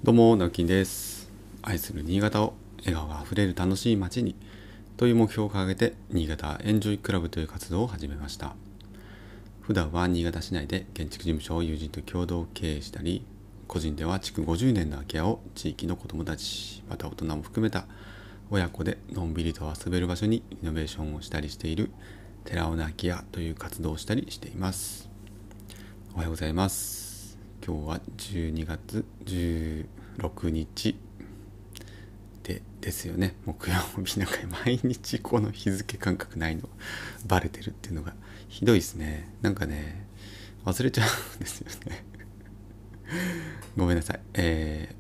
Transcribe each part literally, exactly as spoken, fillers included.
どうも、なおきんです。愛する新潟を笑顔があふれる楽しい街にという目標を掲げて、新潟エンジョイクラブという活動を始めました。普段は新潟市内で建築事務所を友人と共同経営したり、個人では築ごじゅうねんの空き家を地域の子どもたち、また大人も含めた親子でのんびりと遊べる場所にイノベーションをしたりしている寺尾の空き家という活動をしたりしています。おはようございます。今日はじゅうにがつじゅうろくにちでですよね。木曜日。なんか毎日この日付感覚ないのバレてるっていうのがひどいですね。なんかね忘れちゃうんですよねごめんなさい。え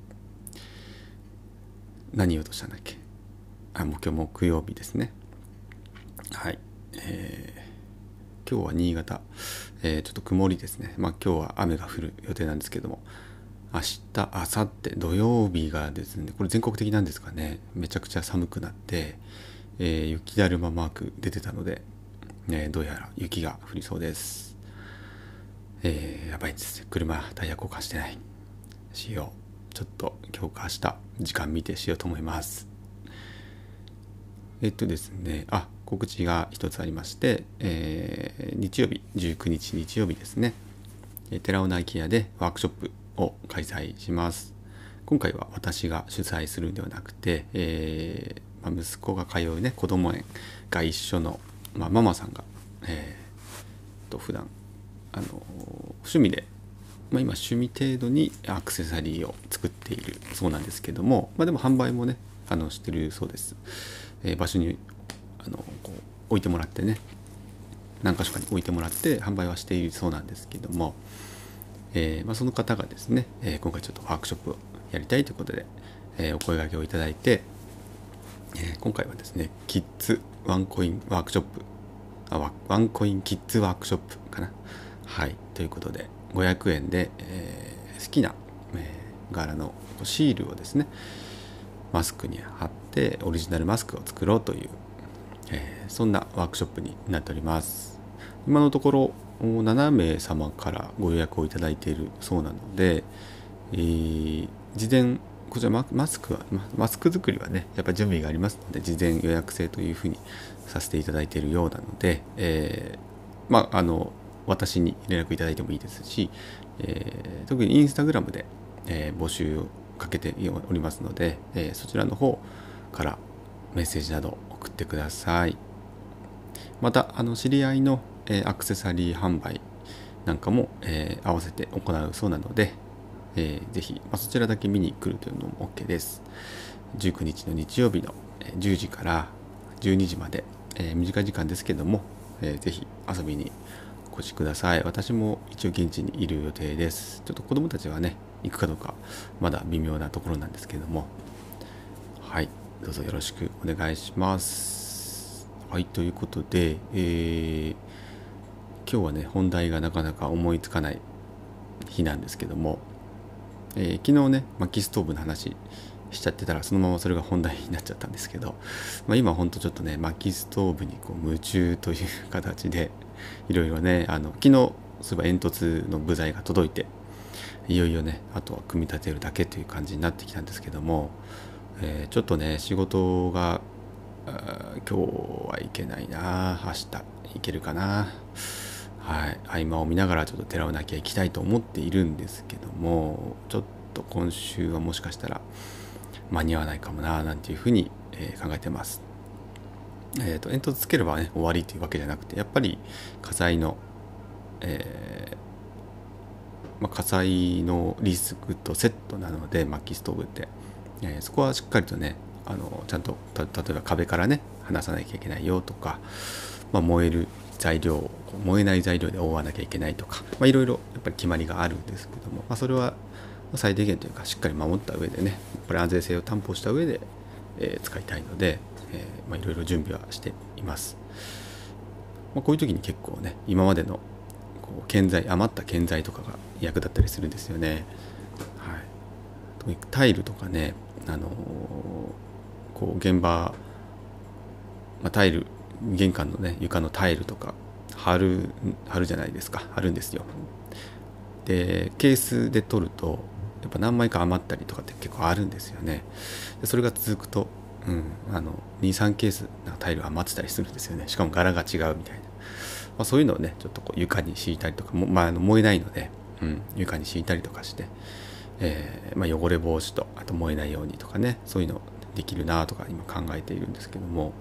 ー、何言おうとしたんだっけ。あ、もう今日木曜日ですね。はい、えー今日は新潟、えー、ちょっと曇りですね。まあ今日は雨が降る予定なんですけども、明日、明後日、土曜日がですね、これ全国的なんですかね、めちゃくちゃ寒くなって、えー、雪だるまマーク出てたので、ね、どうやら雪が降りそうです。えー、やばいですね。車、タイヤ交換してない。しよう。ちょっと今日か明日、時間見てしようと思います。えっとですね、あ、告知が一つありまして、えー、日曜日、じゅうくにち日曜日ですね、寺尾の空き家でワークショップを開催します。今回は私が主催するんではなくて、えーまあ、息子が通うね子ども園が一緒の、まあ、ママさんが、えー、と普段あの趣味で、まあ、今趣味程度にアクセサリーを作っているそうなんですけども、まあ、でも販売もねあのしてるそうです。えー、場所にあのこう置いてもらってね、何か所かに置いてもらって販売はしているそうなんですけども、えーまあ、その方がですね、えー今回ちょっとワークショップをやりたいということで、えーお声掛けをいただいて、えー今回はですねキッズワンコインワークショップあワワンコインキッズワークショップかな、はいということでごひゃくえんで、えー好きな、えー柄のシールをですねマスクに貼ってオリジナルマスクを作ろうという、えーそんなワークショップになっております。今のところななめい様からご予約をいただいているそうなので、えー事前こちらママスクはマスク作りはねやっぱ準備がありますので、事前予約制というふうにさせていただいているようなので、えーまああの私に連絡いただいてもいいですし、えー特にインスタグラムで、えー募集をかけておりますので、えーそちらの方からメッセージなど送ってください。またあの知り合いの、えーアクセサリー販売なんかも、えー合わせて行うそうなので、えーぜひ、まあ、そちらだけ見に来るというのも OK です。じゅうくにちの日曜日のじゅうじからじゅうにじまで、えー短い時間ですけども、えーぜひ遊びにお越しください。私も一応現地にいる予定です。ちょっと子どもたちはね行くかどうかまだ微妙なところなんですけども、はい、どうぞよろしくお願いします。はい、ということで、えー今日はね本題がなかなか思いつかない日なんですけども、えー昨日ね薪ストーブの話しちゃってたらそのままそれが本題になっちゃったんですけど、まあ、今ほんとちょっとね薪ストーブにこう夢中という形でいろいろね、あの昨日そういえば煙突の部材が届いて、いよいよねあとは組み立てるだけという感じになってきたんですけども、えーちょっとね仕事があー今日は行けないな、明日行けるかな、はい、合間を見ながらちょっと寺尾なきゃ行きたいと思っているんですけども、ちょっと今週はもしかしたら間に合わないかもななんていうふうに、えー考えてます。えーと煙突つければね終わりというわけじゃなくて、やっぱり火災の、えーまあ、火災のリスクとセットなので薪ストーブって、えーそこはしっかりとねあのちゃんとた例えば壁からね離さなきゃいけないよとか、まあ、燃える材料燃えない材料で覆わなきゃいけないとか、まあ、いろいろやっぱり決まりがあるんですけども、まあ、それは最低限というかしっかり守った上でね、これ安全性を担保した上で、えー使いたいので、えーまあ、いろいろ準備はしています。まあ、こういう時に結構ね今までのこう建材余った建材とかが役立ったりするんですよね。はい、特にタイルとかね、あのーこう現場、まあ、タイル玄関のね床のタイルとか貼る貼るじゃないですか、貼るんですよ。でケースで取るとやっぱ何枚か余ったりとかって結構あるんですよね。でそれが続くと、うん、あのにさんケースなんかタイル余ってたりするんですよね。しかも柄が違うみたいな、まあ、そういうのをねちょっとこう床に敷いたりとかも、まあ、あの燃えないので、うん、床に敷いたりとかして、えーまあ、汚れ防止とあと燃えないようにとかね、そういうのできるなとか今考えているんですけども、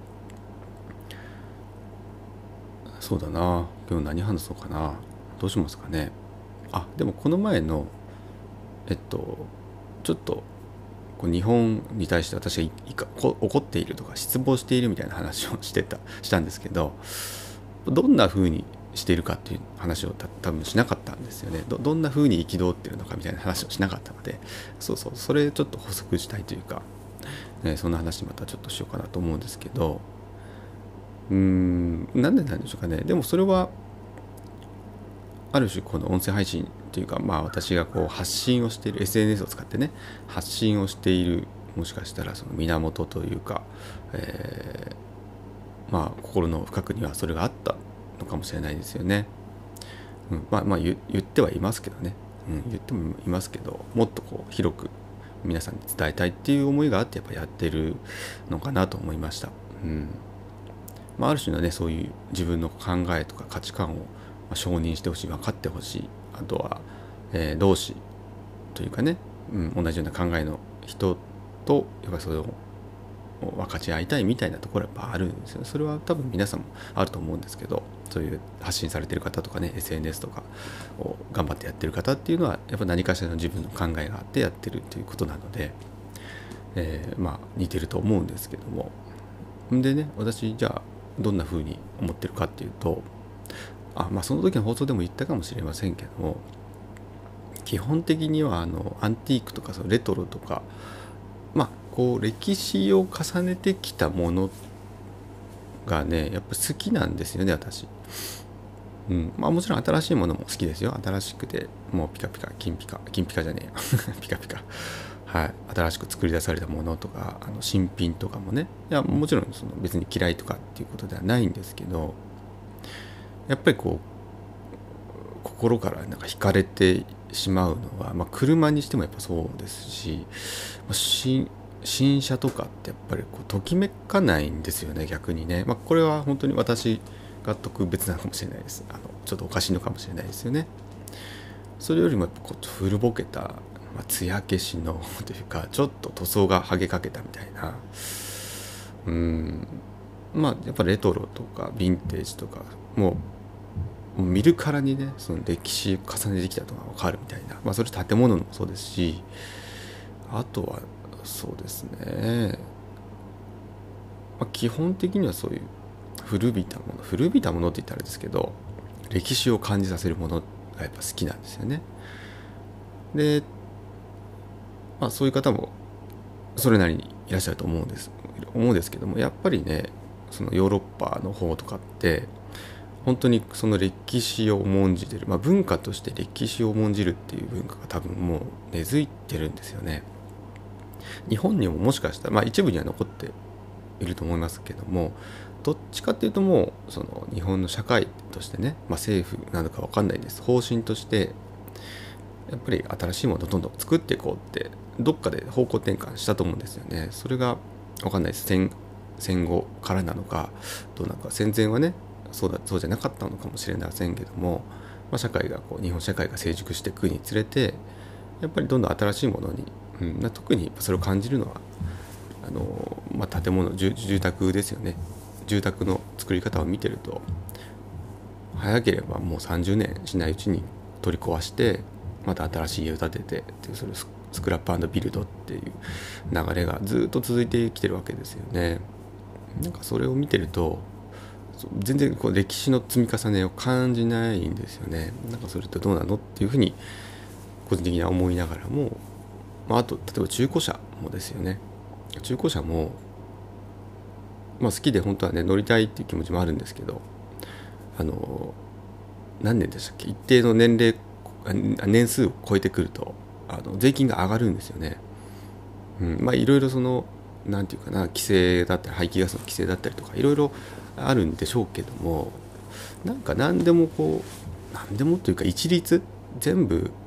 そうだな、今日何話そうかな、どうしますかね。あ、でもこの前のえっとちょっとこう日本に対して私がいかこ怒っているとか失望しているみたいな話をしてたしたんですけど、どんな風にしているかっていう話をた多分しなかったんですよね。どどんな風に憤ってるのかみたいな話をしなかったので、そうそう、それちょっと補足したいというか、ね、そんな話またちょっとしようかなと思うんですけど、うーんなんでなんでしょうかね。でもそれはある種この音声配信というか、まあ私がこう発信をしている エスエヌエス を使ってね発信をしている、もしかしたらその源というか、えー、まあ心の深くにはそれがあったのかもしれないですよね。うん、まあまあ 言, 言ってはいますけどね、うん、言ってもいますけど、もっとこう広く皆さんに伝えたいっていう思いがあってやっぱやってるのかなと思いました。うんまあ、ある種のねそういう自分の考えとか価値観を承認してほしい、分かってほしい、あとは、えー、同志というかね、うん、同じような考えの人とやっぱそれを分かち合いたいみたいなところはやっぱあるんですよ。それは多分皆さんもあると思うんですけど、そういう発信されてる方とかね エスエヌエス とかを頑張ってやってる方っていうのはやっぱ何かしらの自分の考えがあってやってるということなので、えー、まあ似てると思うんですけども、でね、私じゃあどんな風に思ってるかっていうと、あまあその時の放送でも言ったかもしれませんけども、基本的にはあのアンティークとかそのレトロとか、まあこう歴史を重ねてきたものがねやっぱ好きなんですよね、私。うんまあ、もちろん新しいものも好きですよ。新しくてもうピカピカ金ピカ金ピカじゃねえよピカピカ、はい、新しく作り出されたものとかあの新品とかもね、いやもちろんその別に嫌いとかっていうことではないんですけど、やっぱりこう心からなんか惹かれてしまうのは、まあ、車にしてもやっぱそうですし、まあ、新新車とかってやっぱりこうときめかないんですよね、逆にね。まあ、これは本当に私が特別なのかもしれないです。あのちょっとおかしいのかもしれないですよね。それよりもやっぱこう古ぼけた、まあ、艶消しのというかちょっと塗装が剥げかけたみたいな、うーんまあやっぱレトロとかヴィンテージとかもう見るからにねその歴史重ねてきたのが分かるみたいな、まあそれ建物もそうですし、あとはそうですね、まあ、基本的にはそういう古びたもの古びたものって言ったらあれですけど、歴史を感じさせるものがやっぱ好きなんですよね。で、まあ、そういう方もそれなりにいらっしゃると思うんです思うんですけども、やっぱりねそのヨーロッパの方とかって本当にその歴史を重んじてる、まあ、文化として歴史を重んじるっていう文化が多分もう根付いてるんですよね。日本にももしかしたら、まあ、一部には残っていると思いますけども、どっちかっていうともうその日本の社会としてね、まあ、政府なのか分かんないです、方針としてやっぱり新しいものをどんどん作っていこうってどっかで方向転換したと思うんですよね。それが分かんないです、 戦, 戦後からなのかどうなのか、戦前はねそうだそうじゃなかったのかもしれませんけども、まあ、社会がこう日本社会が成熟していくにつれてやっぱりどんどん新しいものに、うん、特にそれを感じるのはあの、まあ、建物 住, 住宅ですよね。住宅の作り方を見てると早ければもうさんじゅうねんしないうちに取り壊してまた新しい家を建ててっていう、それスクラップ&ビルドっていう流れがずっと続いてきてるわけですよね。なんかそれを見てると全然こう歴史の積み重ねを感じないんですよね。なんかそれってどうなのっていうふうに個人的には思いながらも、まあ、あと例えば中古車もですよね。中古車も、まあ、好きで本当はね乗りたいっていう気持ちもあるんですけど、あの何年でしたっけ、一定の年齢年数を超えてくるとあの税金が上がるんですよね。うん、まあいろいろそのなんていうかな、規制だったり排気ガスの規制だったりとかいろいろあるんでしょうけども、なんか何でもこう何でもというか一律全部その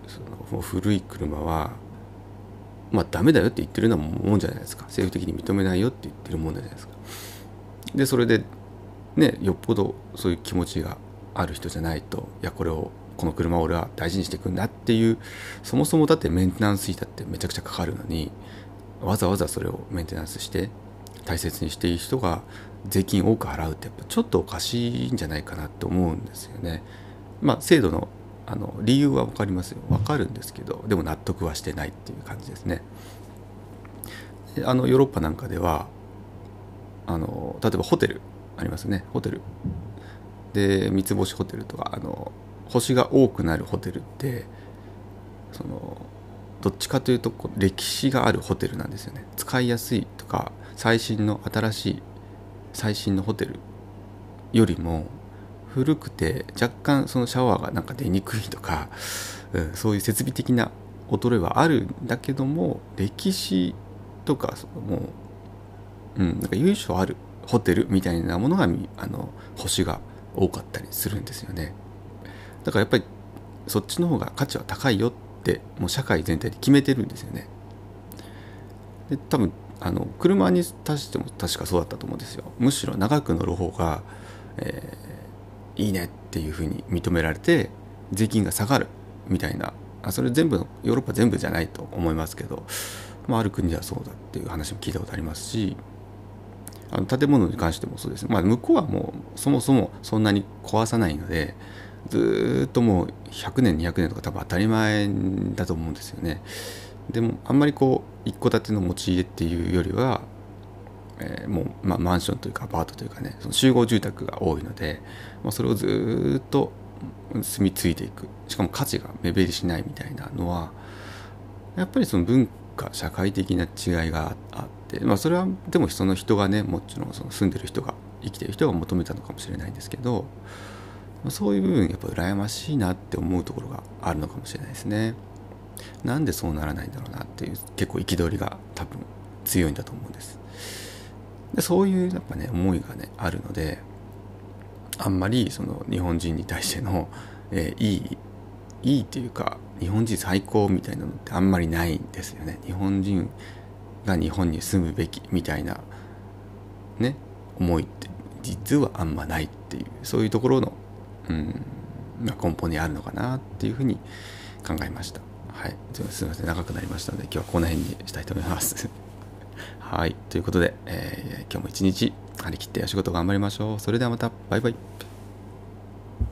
もう古い車はまあダメだよって言ってるようなもんじゃないですか。政府的に認めないよって言ってるもんじゃないですか。でそれでね、よっぽどそういう気持ちがある人じゃないと、いやこれをこの車を俺は大事にしていくんだっていう、そもそもだってメンテナンス費だってめちゃくちゃかかるのに、わざわざそれをメンテナンスして大切にしている人が税金を多く払うってやっぱちょっとおかしいんじゃないかなと思うんですよね。まあ制度のあの理由は分かりますよ、分かるんですけど、でも納得はしてないっていう感じですね。であのヨーロッパなんかではあの例えばホテルありますね。ホテルで三つ星ホテルとか、あの星が多くなるホテルってそのどっちかというとこう歴史があるホテルなんですよね。使いやすいとか最新の新しい最新のホテルよりも古くて若干そのシャワーがなんか出にくいとか、うん、そういう設備的な衰えはあるんだけども、歴史とかもう、うん、なんか由緒あるホテルみたいなものがあの星が多かったりするんですよね。だからやっぱりそっちの方が価値は高いよってもう社会全体で決めてるんですよね。で多分あの車に対しても確かそうだったと思うんですよ。むしろ長く乗る方が、えー、いいねっていうふうに認められて税金が下がるみたいな、あそれ全部ヨーロッパ全部じゃないと思いますけど、まあ、ある国ではそうだっていう話も聞いたことありますし、あの建物に関してもそうですね。まあ、向こうはもうそもそもそんなに壊さないので、ずっともうひゃくねんにひゃくねんとか多分当たり前だと思うんですよね。でもあんまりこう一戸建ての持ち家っていうよりは、えー、もう、まあ、マンションというかアパートというかね、その集合住宅が多いので、まあ、それをずっと住み継いでいく、しかも価値が目減りしないみたいなのはやっぱりその文化社会的な違いがあって、まあ、それはでもその人がね、もちろんその住んでる人が生きてる人が求めたのかもしれないんですけど、そういう部分やっぱ羨ましいなって思うところがあるのかもしれないですね。なんでそうならないんだろうなっていう、結構憤りが多分強いんだと思うんです。でそういうやっぱね思いがねあるので、あんまりその日本人に対しての、えー、いいいいというか日本人最高みたいなのってあんまりないんですよね。日本人が日本に住むべきみたいなね思いって実はあんまないっていう、そういうところの、うんまあ、根本にあるのかなっていうふうに考えました。はい、すみません長くなりましたので今日はこの辺にしたいと思いますはい、ということで、えー、今日も一日張り切ってお仕事頑張りましょう。それではまた、バイバイ。